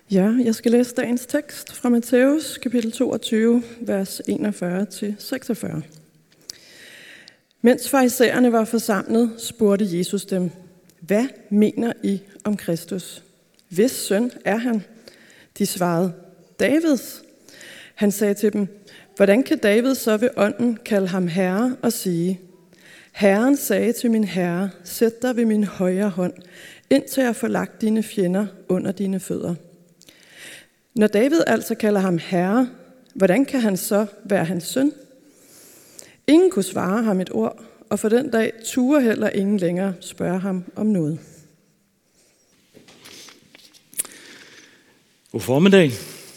Ja, jeg skal læse dagens tekst fra Matthæus, kapitel 22, vers 41-46. Mens farisæerne var forsamlet, spurgte Jesus dem, hvad mener I om Kristus? Hvis søn er han? De svarede, Davids. Han sagde til dem, hvordan kan David så ved ånden kalde ham herre og sige, Herren sagde til min herre, sæt dig ved min højre hånd, indtil jeg får lagt dine fjender under dine fødder. Når David altså kalder ham herre, hvordan kan han så være hans søn? Ingen kunne svare ham et ord, og for den dag turde heller ingen længere spørge ham om noget. God formiddag.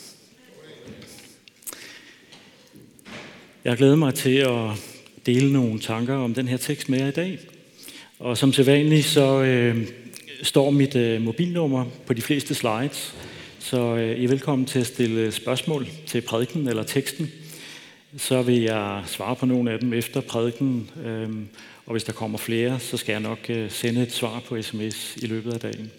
Jeg glæder mig til at dele nogle tanker om den her tekst med jer i dag. Og som sædvanligt så står mit mobilnummer på de fleste slides, så I er velkommen til at stille spørgsmål til prædiken eller teksten. Så vil jeg svare på nogle af dem efter prædiken, og hvis der kommer flere, så skal jeg nok sende et svar på sms i løbet af dagen.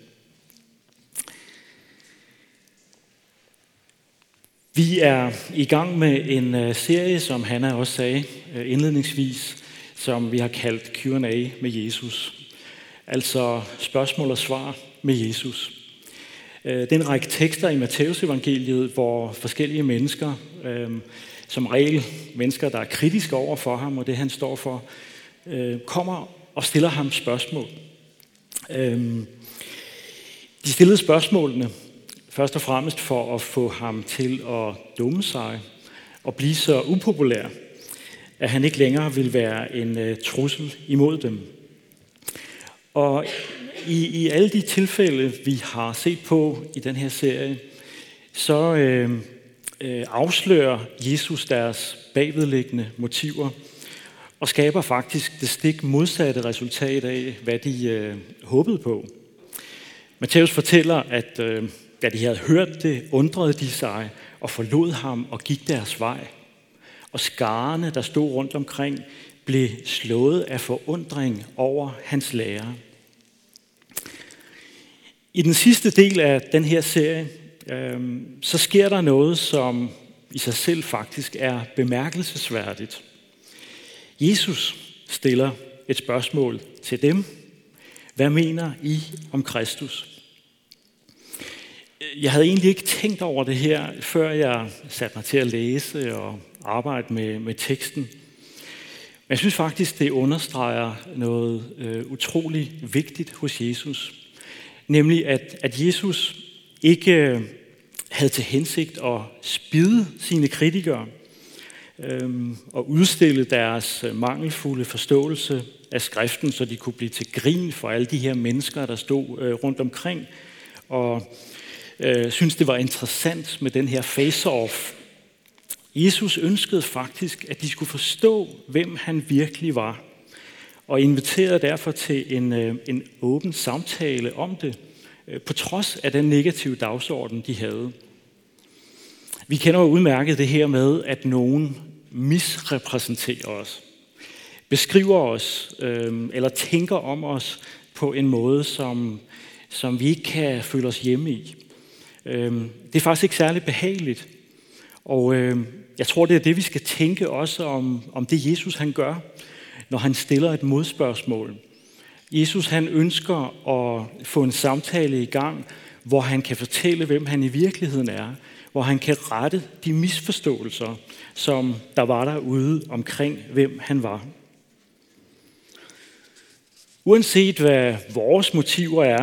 Vi er i gang med en serie, som Hanna også sagde indledningsvis, som vi har kaldt Q&A med Jesus. Altså spørgsmål og svar med Jesus. Det er en række tekster i Matthæus evangeliet, hvor forskellige mennesker, som regel mennesker, der er kritiske over for ham og det, han står for, kommer og stiller ham spørgsmål. De stillede spørgsmålene først og fremmest for at få ham til at dumme sig og blive så upopulær, at han ikke længere vil være en trussel imod dem. Og i alle de tilfælde, vi har set på i den her serie, så afslører Jesus deres bagvedliggende motiver og skaber faktisk det stik modsatte resultat af, hvad de håbede på. Matthæus fortæller, at da de havde hørt det, undrede de sig og forlod ham og gik deres vej. Og skarerne, der stod rundt omkring, blev slået af forundring over hans lære. I den sidste del af den her serie, så sker der noget, som i sig selv faktisk er bemærkelsesværdigt. Jesus stiller et spørgsmål til dem. Hvad mener I om Kristus? Jeg havde egentlig ikke tænkt over det her, før jeg satte mig til at læse og arbejde med teksten. Men jeg synes faktisk, det understreger noget utrolig vigtigt hos Jesus. Nemlig, at Jesus ikke havde til hensigt at spidde sine kritikere og udstille deres mangelfulde forståelse af skriften, så de kunne blive til grin for alle de her mennesker, der stod rundt omkring, og synes det var interessant med den her face-off. Jesus ønskede faktisk, at de skulle forstå, hvem han virkelig var, og inviterede derfor til en åben samtale om det, på trods af den negative dagsorden, de havde. Vi kender jo udmærket det her med, at nogen misrepræsenterer os, beskriver os eller tænker om os på en måde, som vi ikke kan føle os hjemme i. Det er faktisk ikke særlig behageligt, og jeg tror, det er det, vi skal tænke også om det, Jesus han gør, når han stiller et modspørgsmål. Jesus han ønsker at få en samtale i gang, hvor han kan fortælle, hvem han i virkeligheden er, hvor han kan rette de misforståelser, som der var derude omkring, hvem han var. Uanset hvad vores motiver er,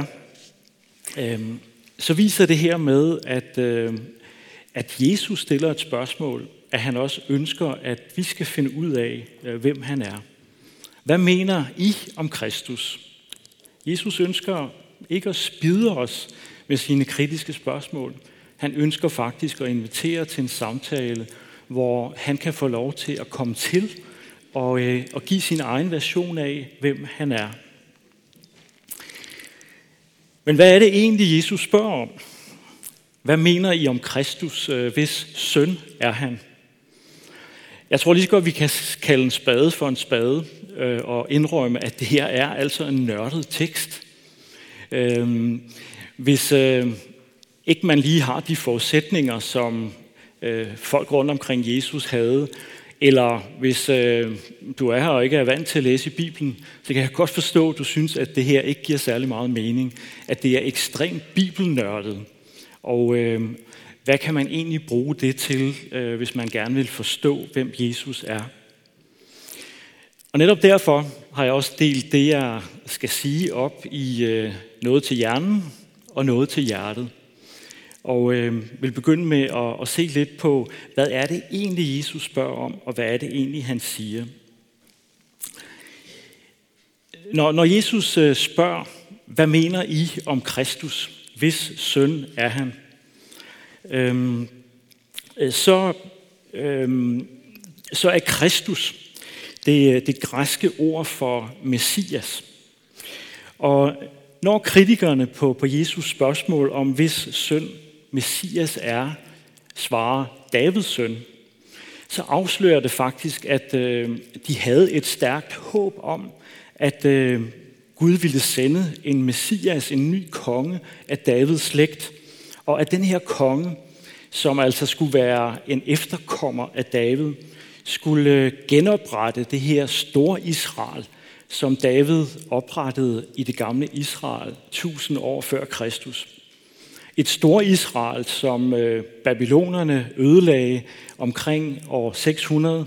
så viser det her med, at Jesus stiller et spørgsmål, at han også ønsker, at vi skal finde ud af, hvem han er. Hvad mener I om Kristus? Jesus ønsker ikke at spidde os med sine kritiske spørgsmål. Han ønsker faktisk at invitere til en samtale, hvor han kan få lov til at komme til og give sin egen version af, hvem han er. Men hvad er det egentlig, Jesus spørger om? Hvad mener I om Kristus, hvis søn er han? Jeg tror lige så godt, vi kan kalde en spade for en spade og indrømme, at det her er altså en nørdet tekst. Hvis ikke man lige har de forudsætninger, som folk rundt omkring Jesus havde, eller hvis du er her og ikke er vant til at læse i Bibelen, så kan jeg godt forstå, at du synes, at det her ikke giver særlig meget mening, at det er ekstremt bibelnørdet. Og hvad kan man egentlig bruge det til, hvis man gerne vil forstå, hvem Jesus er? Og netop derfor har jeg også delt det, jeg skal sige, op i noget til hjernen og noget til hjertet. Og vil begynde med at se lidt på, hvad er det egentlig, Jesus spørger om, og hvad er det egentlig, han siger. Når Jesus spørger, hvad mener I om Kristus? Hvis søn er han? Så er Kristus det græske ord for Messias. Og når kritikerne på Jesus spørgsmål om, hvis søn Messias er, svarer Davids søn, så afslører det faktisk, at de havde et stærkt håb om, at Gud ville sende en Messias, en ny konge af Davids slægt, og at den her konge, som altså skulle være en efterkommer af David, skulle genoprette det her store Israel, som David oprettede i det gamle Israel 1000 år før Kristus. Et store Israel, som babylonerne ødelagde omkring år 600,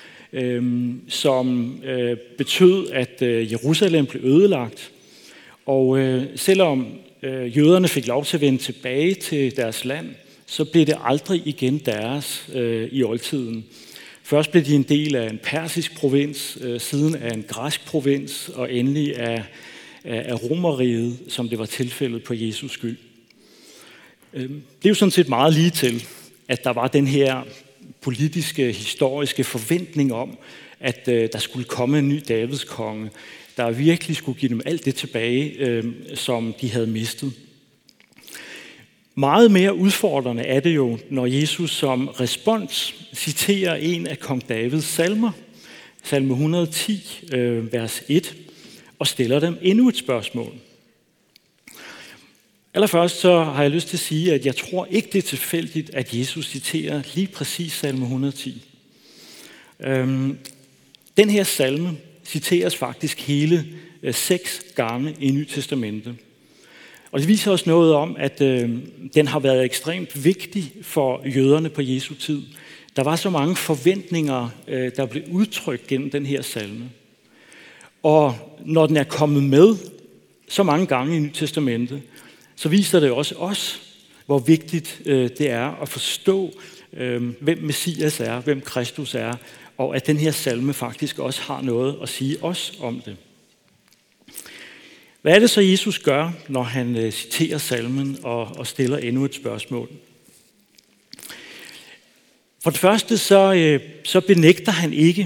som betød, at Jerusalem blev ødelagt. Og selvom jøderne fik lov til at vende tilbage til deres land, så blev det aldrig igen deres i oldtiden. Først blev de en del af en persisk provins, siden af en græsk provins, og endelig af Romerriget, som det var tilfældet på Jesus skyld. Det er jo sådan set meget lige til, at der var den her politiske, historiske forventning om, at der skulle komme en ny Davids konge, der virkelig skulle give dem alt det tilbage, som de havde mistet. Meget mere udfordrende er det jo, når Jesus som respons citerer en af kong Davids salmer, salme 110, vers 1, og stiller dem endnu et spørgsmål. Allerførst så har jeg lyst til at sige, at jeg tror ikke, det er tilfældigt, at Jesus citerer lige præcis salme 110. Den her salme citeres faktisk hele 6 gange i Nye Testamente. Og det viser os noget om, at den har været ekstremt vigtig for jøderne på Jesu tid. Der var så mange forventninger, der blev udtrykt gennem den her salme. Og når den er kommet med så mange gange i Nye Testamente, så viser det også os, hvor vigtigt det er at forstå, hvem Messias er, hvem Kristus er, og at den her salme faktisk også har noget at sige os om det. Hvad er det så, Jesus gør, når han citerer salmen og stiller endnu et spørgsmål? For det første så benægter han ikke,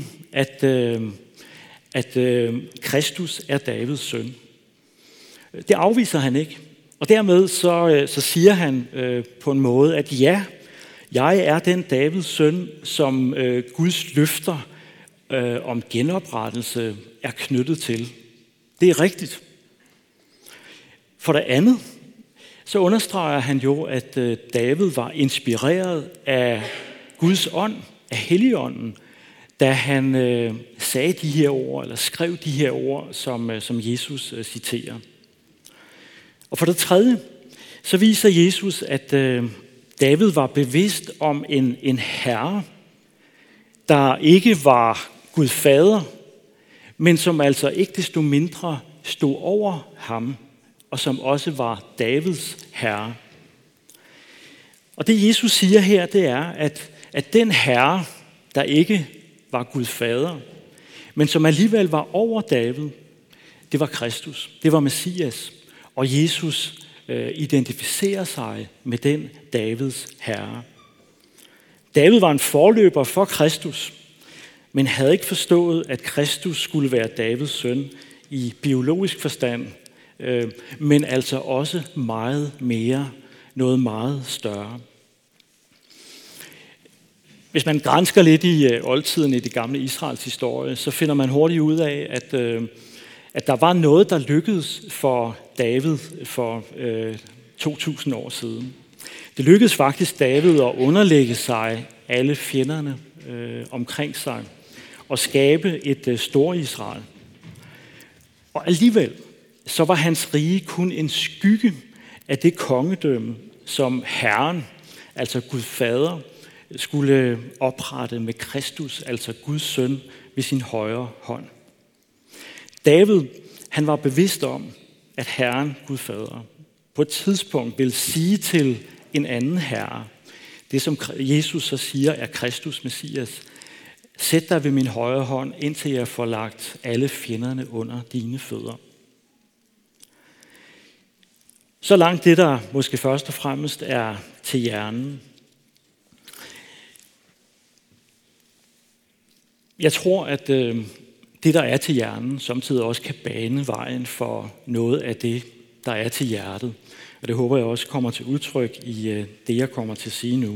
at Kristus er Davids søn. Det afviser han ikke. Og dermed så siger han på en måde, at ja, jeg er den Davids søn, som Guds løfter om genoprettelse er knyttet til. Det er rigtigt. For det andet, så understreger han jo, at David var inspireret af Guds ånd, af Helligånden, da han sagde de her ord, eller skrev de her ord, som Jesus citerer. Og for det tredje, så viser Jesus, at David var bevidst om en herre, der ikke var Gud fader, men som altså ikke desto mindre stod over ham, og som også var Davids herre. Og det Jesus siger her, det er, at den herre, der ikke var Gud fader, men som alligevel var over David, det var Kristus, det var Messias. Og Jesus identificerer sig med den Davids herre. David var en forløber for Kristus, men havde ikke forstået, at Kristus skulle være Davids søn i biologisk forstand, men altså også meget mere, noget meget større. Hvis man gransker lidt i oldtiden i det gamle Israels historie, så finder man hurtigt ud af, at der var noget, der lykkedes for David for 2000 år siden. Det lykkedes faktisk David at underlægge sig alle fjenderne omkring sig og skabe et stort Israel. Og alligevel så var hans rige kun en skygge af det kongedømme, som Herren, altså Gud Fader, skulle oprette med Kristus, altså Guds søn, ved sin højre hånd. David, han var bevidst om, at Herren, Gud Fader, på et tidspunkt vil sige til en anden herre, det som Jesus så siger er Kristus, Messias: sæt dig ved min højre hånd, indtil jeg får lagt alle fjenderne under dine fødder. Så langt det, der måske først og fremmest er til hjernen. Jeg tror, at det, der er til hjernen, samtidig også kan bane vejen for noget af det, der er til hjertet. Og det håber jeg også kommer til udtryk i det, jeg kommer til at sige nu.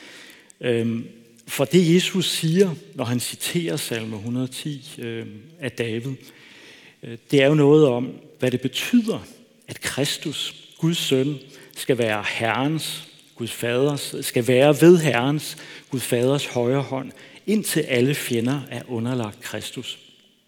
For det, Jesus siger, når han citerer salme 110 af David, det er jo noget om, hvad det betyder, at Kristus, Guds søn, skal være Herrens, Gud Faders, skal være ved Herrens, Gud Faders højre hånd, indtil alle fjender er underlagt Kristus.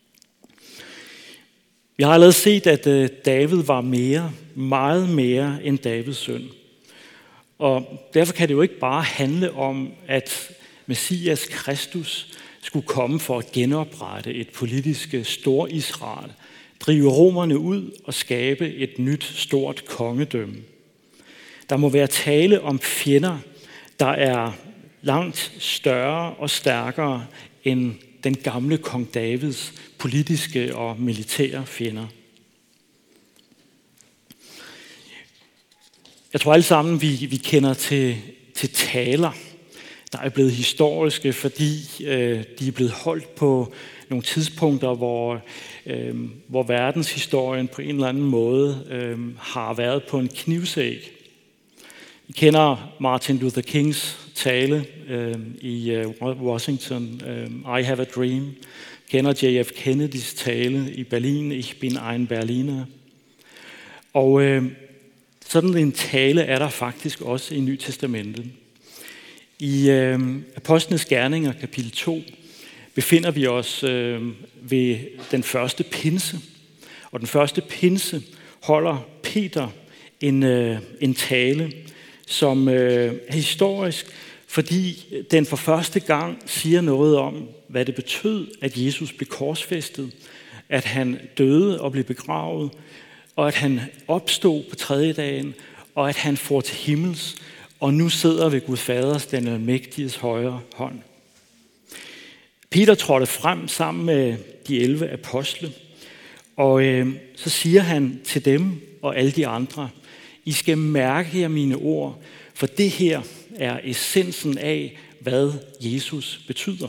Vi har allerede set, at David var meget mere end Davids søn. Og derfor kan det jo ikke bare handle om, at Messias Kristus skulle komme for at genoprette et politisk Stor-Israel, drive romerne ud og skabe et nyt stort kongedømme. Der må være tale om fjender, der er langt større og stærkere end den gamle kong Davids politiske og militære fjender. Jeg tror alle sammen, vi kender til taler, der er blevet historiske, fordi de er blevet holdt på nogle tidspunkter, hvor verdenshistorien på en eller anden måde har været på en knivsæg. Vi kender Martin Luther Kings tale i Washington, I have a dream. Vi kender JF Kennedys tale i Berlin, Ich bin ein Berliner. Og sådan en tale er der faktisk også i Nye Testamentet. I Apostlenes Gerninger, kapitel 2, befinder vi os ved den første pinse. Og den første pinse holder Peter en tale, som er historisk, fordi den for første gang siger noget om, hvad det betød, at Jesus blev korsfæstet, at han døde og blev begravet, og at han opstod på tredje dagen, og at han for til himmels, og nu sidder ved Gud Faders, den almægtiges højre hånd. Peter trådte frem sammen med de 11 apostle, og så siger han til dem og alle de andre: I skal mærke jer mine ord, for det her er essensen af, hvad Jesus betyder.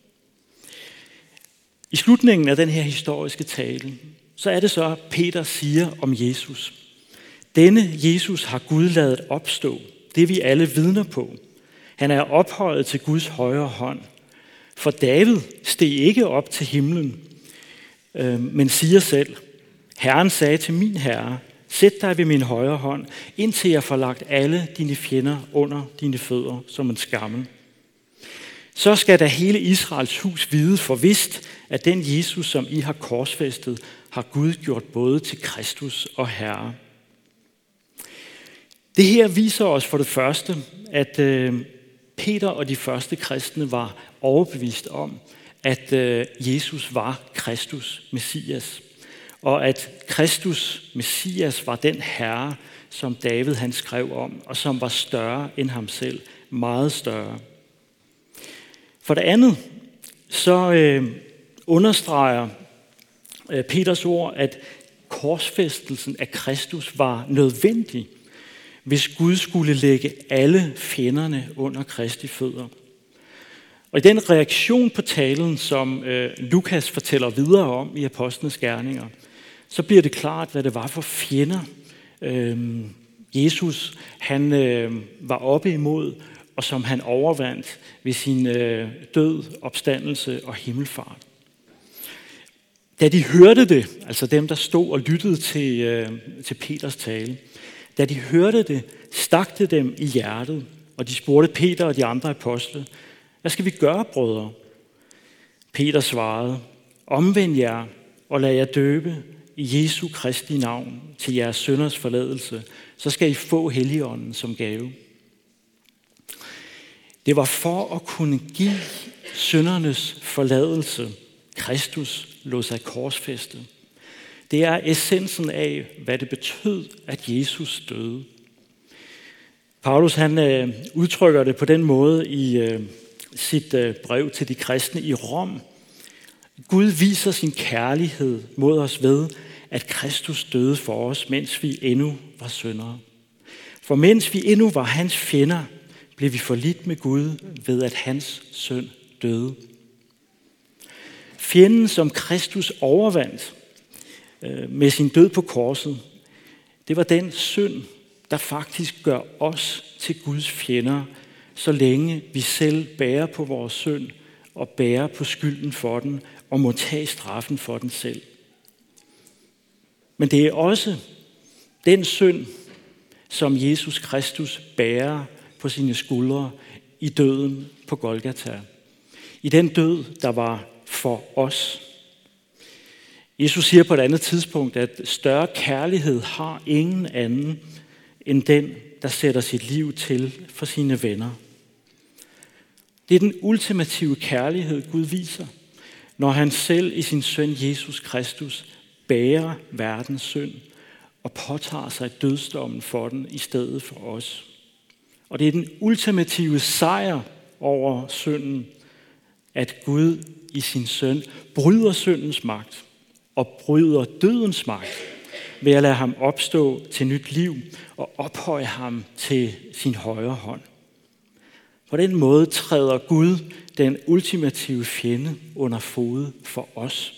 I slutningen af den her historiske tale, så er det så, at Peter siger om Jesus: denne Jesus har Gud ladet opstå. Det er vi alle vidner på. Han er ophøjet til Guds højre hånd. For David steg ikke op til himlen, men siger selv: Herren sagde til min herre: sæt dig ved min højre hånd, indtil jeg får lagt alle dine fjender under dine fødder som en skammel. Så skal da hele Israels hus vide for vist, at den Jesus, som I har korsfæstet, har Gud gjort både til Kristus og Herre. Det her viser os for det første, at Peter og de første kristne var overbevist om, at Jesus var Kristus, Messias. Og at Kristus, Messias, var den herre, som David han skrev om, og som var større end ham selv, meget større. For det andet, så understreger Peters ord, at korsfæstelsen af Kristus var nødvendig, hvis Gud skulle lægge alle fjenderne under Kristi fødder. Og i den reaktion på talen, som Lukas fortæller videre om i Apostlenes Gerninger, så bliver det klart, hvad det var for fjender, Jesus han var oppe imod, og som han overvandt ved sin død, opstandelse og himmelfart. Da de hørte det, altså dem, der stod og lyttede til Peters tale, Da de hørte det, stak det dem i hjertet, og de spurgte Peter og de andre apostle, hvad skal vi gøre, brødre? Peter svarede, omvend jer og lad jer døbe i Jesu Kristi navn til jeres synders forladelse, så skal I få Helligånden som gave. Det var for at kunne give syndernes forladelse, Kristus lod sig korsfæste. Det er essensen af, hvad det betød, at Jesus døde. Paulus han udtrykker det på den måde i sit brev til de kristne i Rom. Gud viser sin kærlighed mod os ved, at Kristus døde for os, mens vi endnu var syndere. For mens vi endnu var hans fjender, blev vi forlidt med Gud ved, at hans søn døde. Fjenden, som Kristus overvandt med sin død på korset, det var den synd, der faktisk gør os til Guds fjender, så længe vi selv bærer på vores synd og bærer på skylden for den og må tage straffen for den selv. Men det er også den synd, som Jesus Kristus bærer på sine skuldre i døden på Golgata. I den død, der var for os. Jesus siger på et andet tidspunkt, at større kærlighed har ingen anden end den, der sætter sit liv til for sine venner. Det er den ultimative kærlighed, Gud viser, når han selv i sin søn Jesus Kristus bærer verdens synd og påtager sig dødsdommen for den i stedet for os. Og det er den ultimative sejr over synden, at Gud i sin søn bryder syndens magt og bryder dødens magt ved at lade ham opstå til nyt liv og ophøje ham til sin højre hånd. På den måde træder Gud den ultimative fjende under fod for os.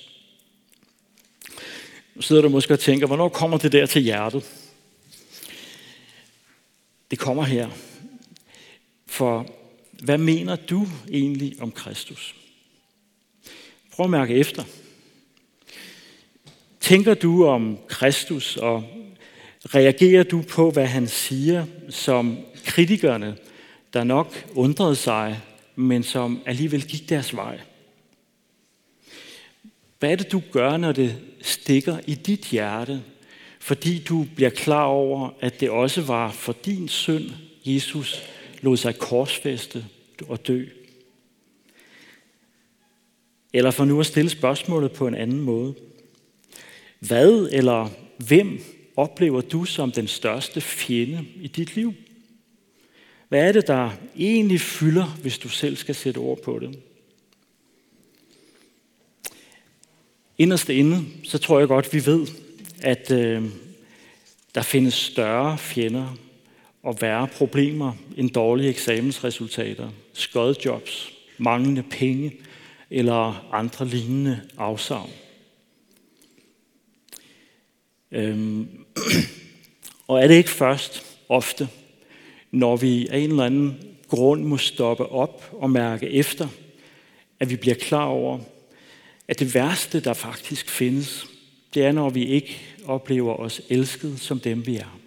Nu sidder du måske og tænker, hvornår kommer det der til hjertet? Det kommer her. For hvad mener du egentlig om Kristus? Prøv at mærke efter. Tænker du om Kristus, og reagerer du på, hvad han siger, som kritikerne, der nok undrede sig, men som alligevel gik deres vej? Hvad er det, du gør, når det stikker i dit hjerte, fordi du bliver klar over, at det også var for din synd, Jesus lod sig korsfæste og dø? Eller for nu at stille spørgsmålet på en anden måde. Hvad eller hvem oplever du som den største fjende i dit liv? Hvad er det, der egentlig fylder, hvis du selv skal sætte ord på det? Inderst inde, så tror jeg godt, vi ved, at der findes større fjender og værre problemer end dårlige eksamensresultater, skodjobs, manglende penge eller andre lignende afsavn. Og er det ikke først ofte, når vi af en eller anden grund må stoppe op og mærke efter, at vi bliver klar over, at det værste, der faktisk findes, det er, når vi ikke oplever os elsket som dem, vi er.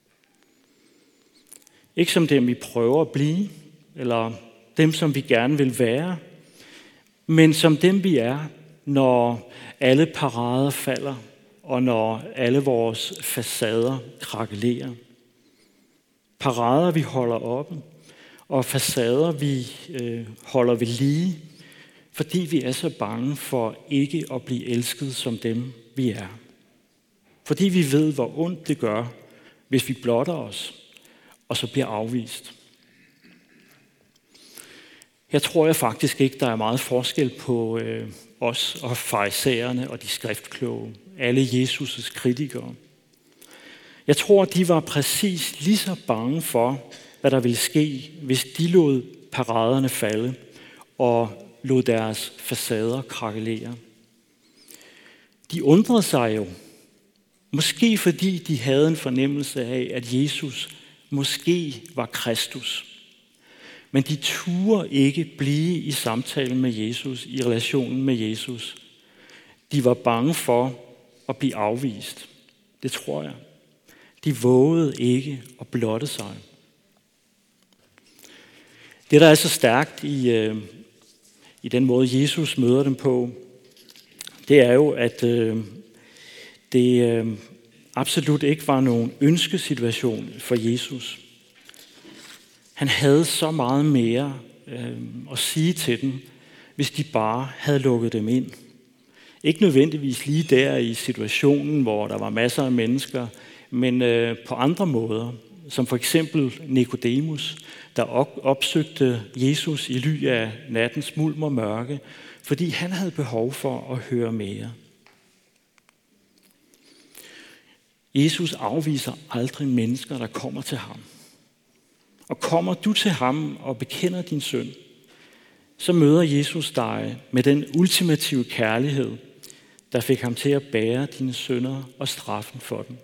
Ikke som dem, vi prøver at blive, eller dem, som vi gerne vil være, men som dem, vi er, når alle parader falder, og når alle vores facader krakelerer. Parader, vi holder oppe, og facader, vi holder ved lige, fordi vi er så bange for ikke at blive elsket som dem, vi er. Fordi vi ved, hvor ondt det gør, hvis vi blotter os, og så bliver afvist. Her tror jeg faktisk ikke, der er meget forskel på os og farisæerne og de skriftkloge, alle Jesus' kritikere. Jeg tror, de var præcis lige så bange for, hvad der ville ske, hvis de lod paraderne falde og lod deres facader krakelere. De undrede sig jo, måske fordi de havde en fornemmelse af, at Jesus måske var Kristus. Men de turde ikke blive i samtalen med Jesus, i relationen med Jesus. De var bange for at blive afvist. Det tror jeg. De vågede ikke at blotte sig. Det, der er så stærkt i den måde, Jesus møder dem på, det er jo, at det absolut ikke var nogen ønskesituation for Jesus. Han havde så meget mere at sige til dem, hvis de bare havde lukket dem ind. Ikke nødvendigvis lige der i situationen, hvor der var masser af mennesker, men på andre måder, som for eksempel Nikodemus, der opsøgte Jesus i ly af nattens mulm og mørke, fordi han havde behov for at høre mere. Jesus afviser aldrig mennesker, der kommer til ham. Og kommer du til ham og bekender din synd, så møder Jesus dig med den ultimative kærlighed, der fik ham til at bære dine synder og straffen for dem.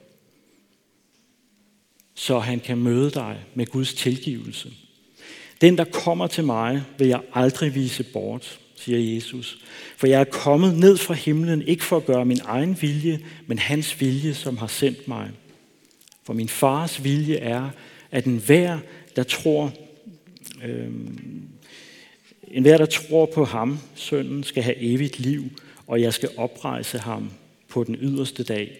Så han kan møde dig med Guds tilgivelse. Den, der kommer til mig, vil jeg aldrig vise bort, siger Jesus. For jeg er kommet ned fra himlen, ikke for at gøre min egen vilje, men hans vilje, som har sendt mig. For min fars vilje er, at enhver, der tror på ham, sønnen, skal have evigt liv, og jeg skal oprejse ham på den yderste dag.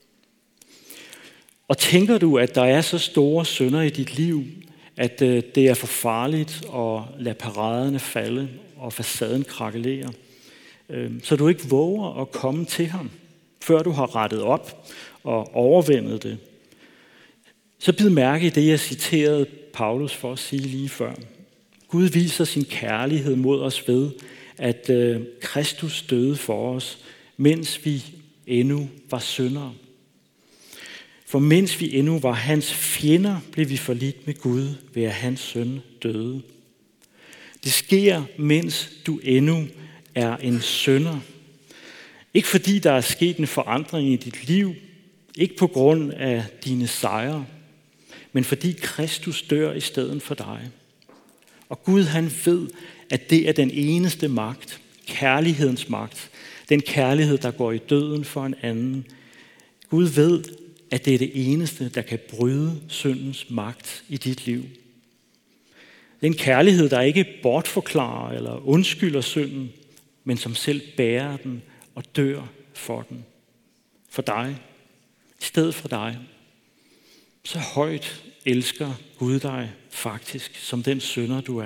Og tænker du, at der er så store synder i dit liv, at det er for farligt at lade paraderne falde og facaden krakelere, så du ikke våger at komme til ham, før du har rettet op og overvundet det, så bid mærke i det, jeg citerede Paulus for at sige lige før. Gud viser sin kærlighed mod os ved, at Kristus døde for os, mens vi endnu var syndere. For mens vi endnu var hans fjender, blev vi forlidt med Gud ved at hans søn døde. Det sker, mens du endnu er en synder. Ikke fordi der er sket en forandring i dit liv, ikke på grund af dine sejre, men fordi Kristus dør i stedet for dig. Og Gud han ved, at det er den eneste magt, kærlighedens magt, den kærlighed, der går i døden for en anden. Gud ved, at det er det eneste, der kan bryde syndens magt i dit liv. Det er en kærlighed, der ikke bortforklarer eller undskylder synden, men som selv bærer den og dør for den. For dig. I stedet for dig. Så højt elsker Gud dig faktisk, som den synder du er.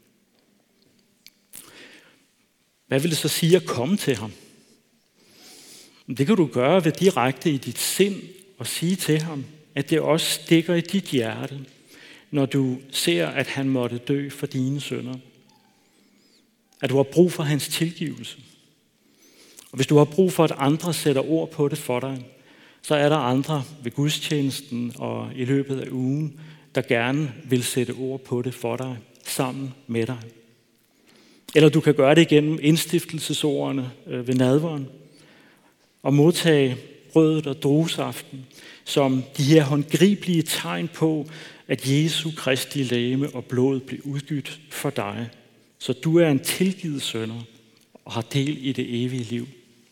Hvad vil det så sige at komme til ham? Det kan du gøre ved direkte i dit sind og sige til ham, at det også stikker i dit hjerte, når du ser, at han måtte dø for dine synder. At du har brug for hans tilgivelse. Og hvis du har brug for, at andre sætter ord på det for dig, så er der andre ved gudstjenesten og i løbet af ugen, der gerne vil sætte ord på det for dig, sammen med dig. Eller du kan gøre det igennem indstiftelsesordene ved nadveren, og modtage brødet og druesaften som de her håndgribelige tegn på, at Jesu Kristi legeme og blod blev udgydt for dig, så du er en tilgivet synder og har del i det evige liv.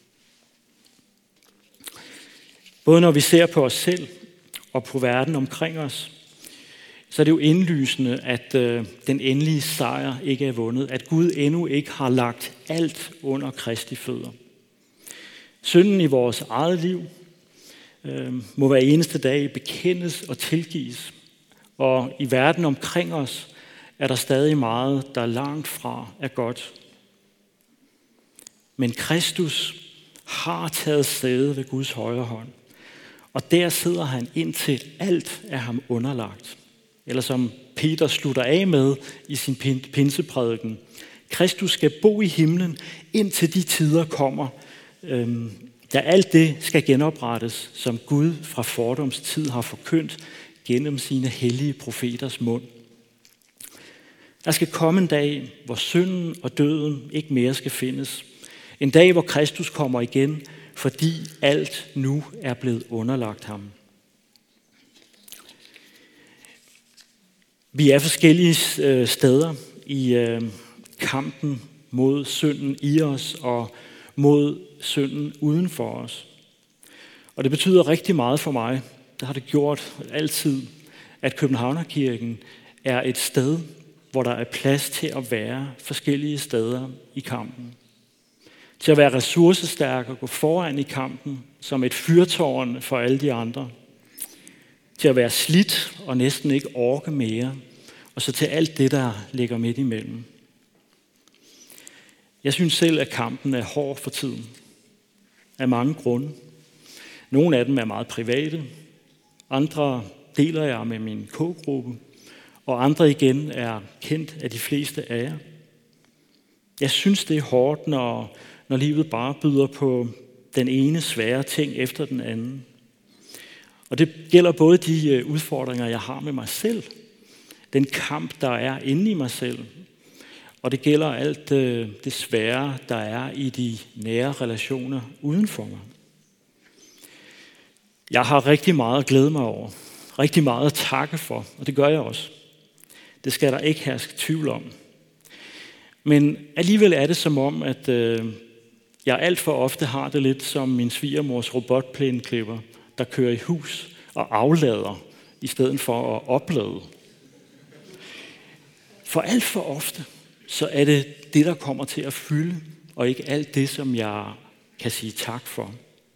Både når vi ser på os selv og på verden omkring os, så er det jo indlysende, at den endelige sejr ikke er vundet, at Gud endnu ikke har lagt alt under Kristi fødder. Synden i vores eget liv må hver eneste dag bekendes og tilgives, og i verden omkring os er der stadig meget, der langt fra er godt. Men Kristus har taget sæde ved Guds højre hånd, og der sidder han indtil alt er ham underlagt. Eller som Peter slutter af med i sin pinseprædiken, Kristus skal bo i himlen, indtil de tider kommer, da alt det skal genoprettes, som Gud fra fordoms tid har forkyndt gennem sine hellige profeters mund. Der skal komme en dag, hvor synden og døden ikke mere skal findes. En dag, hvor Kristus kommer igen, fordi alt nu er blevet underlagt ham. Vi er forskellige steder i kampen mod synden i os og mod synden uden for os. Og det betyder rigtig meget for mig, der har det gjort altid, at Københavnerkirken er et sted, hvor der er plads til at være forskellige steder i kampen. Til at være ressourcestærk og gå foran i kampen som et fyrtårn for alle de andre. Til at være slidt og næsten ikke orke mere. Og så til alt det, der ligger midt imellem. Jeg synes selv, at kampen er hård for tiden. Af mange grunde. Nogle af dem er meget private. Andre deler jeg med min K-gruppe. Og andre igen er kendt af de fleste af jer. Jeg synes, det er hårdt, når livet bare byder på den ene svære ting efter den anden. Og det gælder både de udfordringer, jeg har med mig selv, den kamp, der er inde i mig selv, og det gælder alt det svære, der er i de nære relationer uden for mig. Jeg har rigtig meget at glæde mig over, rigtig meget at takke for, og det gør jeg også. Det skal der ikke herske tvivl om. Men alligevel er det som om, at jeg alt for ofte har det lidt som min svigermors robotplæneklipper, der kører i hus og aflader, i stedet for at oplade. For alt for ofte, så er det det, der kommer til at fylde, og ikke alt det, som jeg kan sige tak for.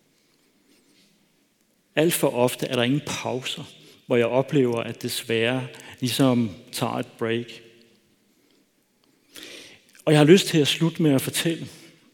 Alt for ofte er der ingen pauser, hvor jeg oplever, at det svære ligesom tager et break. Og jeg har lyst til at slutte med at fortælle,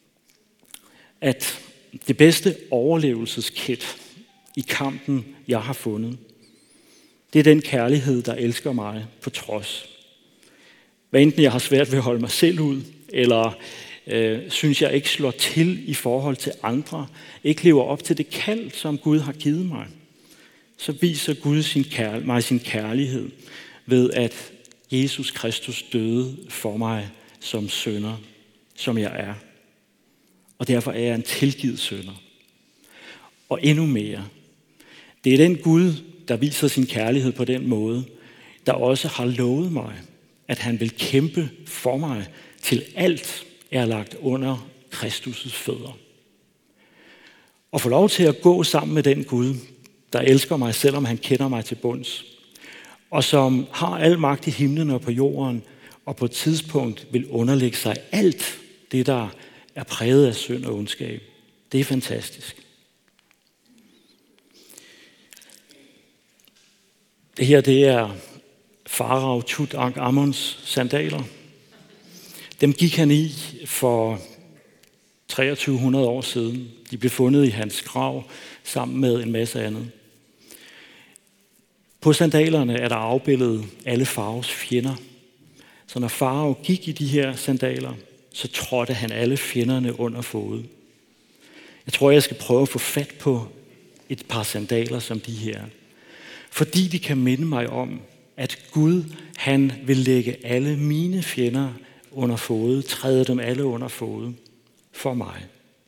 at det bedste overlevelseskit i kampen, jeg har fundet, det er den kærlighed, der elsker mig på trods. Hvad enten jeg har svært ved at holde mig selv ud, eller synes jeg ikke slår til i forhold til andre, ikke lever op til det kald, som Gud har givet mig, så viser Gud mig sin kærlighed ved, at Jesus Kristus døde for mig som synder, som jeg er. Og derfor er jeg en tilgivet synder. Og endnu mere, det er den Gud, der viser sin kærlighed på den måde, der også har lovet mig, at han vil kæmpe for mig, til alt er lagt under Kristus' fødder. Og få lov til at gå sammen med den Gud, der elsker mig, selvom han kender mig til bunds, og som har al magt i himlen og på jorden, og på et tidspunkt vil underlægge sig alt det, der er præget af synd og ondskab. Det er fantastisk. Det her, det er Farao Tutankhamons sandaler. Dem gik han i for 2300 år siden. De blev fundet i hans grav sammen med en masse andet. På sandalerne er der afbildet alle Faraos fjender. Så når Farao gik i de her sandaler, så trådte han alle fjenderne under fod. Jeg tror, jeg skal prøve at få fat på et par sandaler som de her. Fordi de kan minde mig om, at Gud, han vil lægge alle mine fjender under fod, træde dem alle under fod for mig.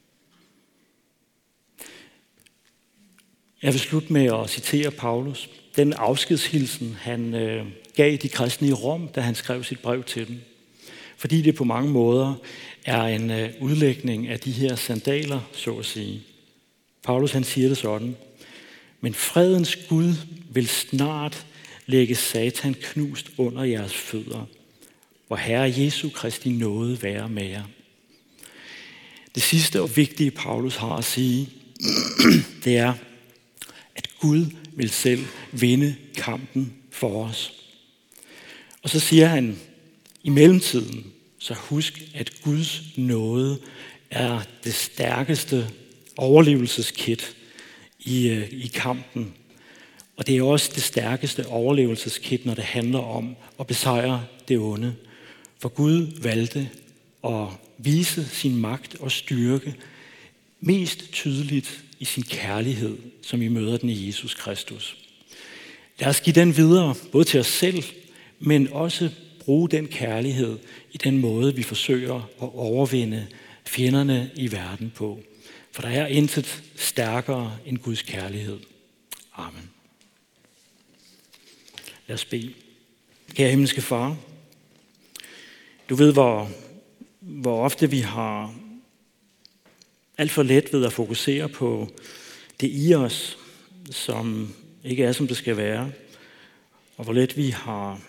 Jeg vil slutte med at citere Paulus. Den afskedshilsen, han gav de kristne i Rom, da han skrev sit brev til dem. Fordi det på mange måder er en udlægning af de her sandaler, så at sige. Paulus, han siger det sådan: men fredens Gud vil snart lægge Satan knust under jeres fødder, hvor Herre Jesu Kristi nåde være med jer. Det sidste og vigtige, Paulus har at sige, det er, at Gud vil selv vinde kampen for os. Og så siger han, i mellemtiden, så husk, at Guds nåde er det stærkeste overlevelseskit i kampen. Og det er også det stærkeste overlevelseskit, når det handler om at besejre det onde. For Gud valgte at vise sin magt og styrke mest tydeligt i sin kærlighed, som vi møder den i Jesus Kristus. Lad os give den videre, både til os selv, men også bruge den kærlighed i den måde, vi forsøger at overvinde fjenderne i verden på. For der er intet stærkere end Guds kærlighed. Amen. Lad os bede. Kære himmelske Far, du ved, hvor ofte vi har alt for let ved at fokusere på det i os, som ikke er, som det skal være, og hvor let vi har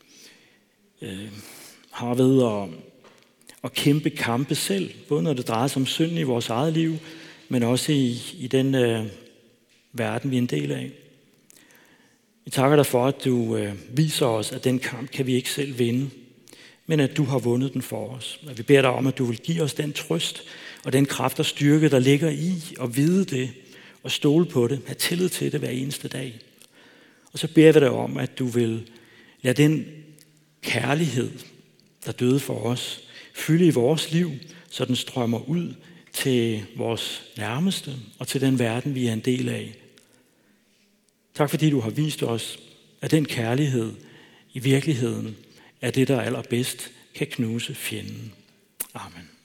ved at kæmpe kampe selv, både når det drejer sig om synd i vores eget liv, men også i den verden, vi er en del af. Vi takker dig for, at du viser os, at den kamp kan vi ikke selv vinde, men at du har vundet den for os. At vi beder dig om, at du vil give os den trøst og den kraft og styrke, der ligger i at vide det og stole på det, have tillid til det hver eneste dag. Og så beder vi dig om, at du vil lade den kærlighed, der døde for os, fylde i vores liv, så den strømmer ud til vores nærmeste og til den verden, vi er en del af. Tak fordi du har vist os, at den kærlighed i virkeligheden er det, der allerbedst kan knuse fjenden. Amen.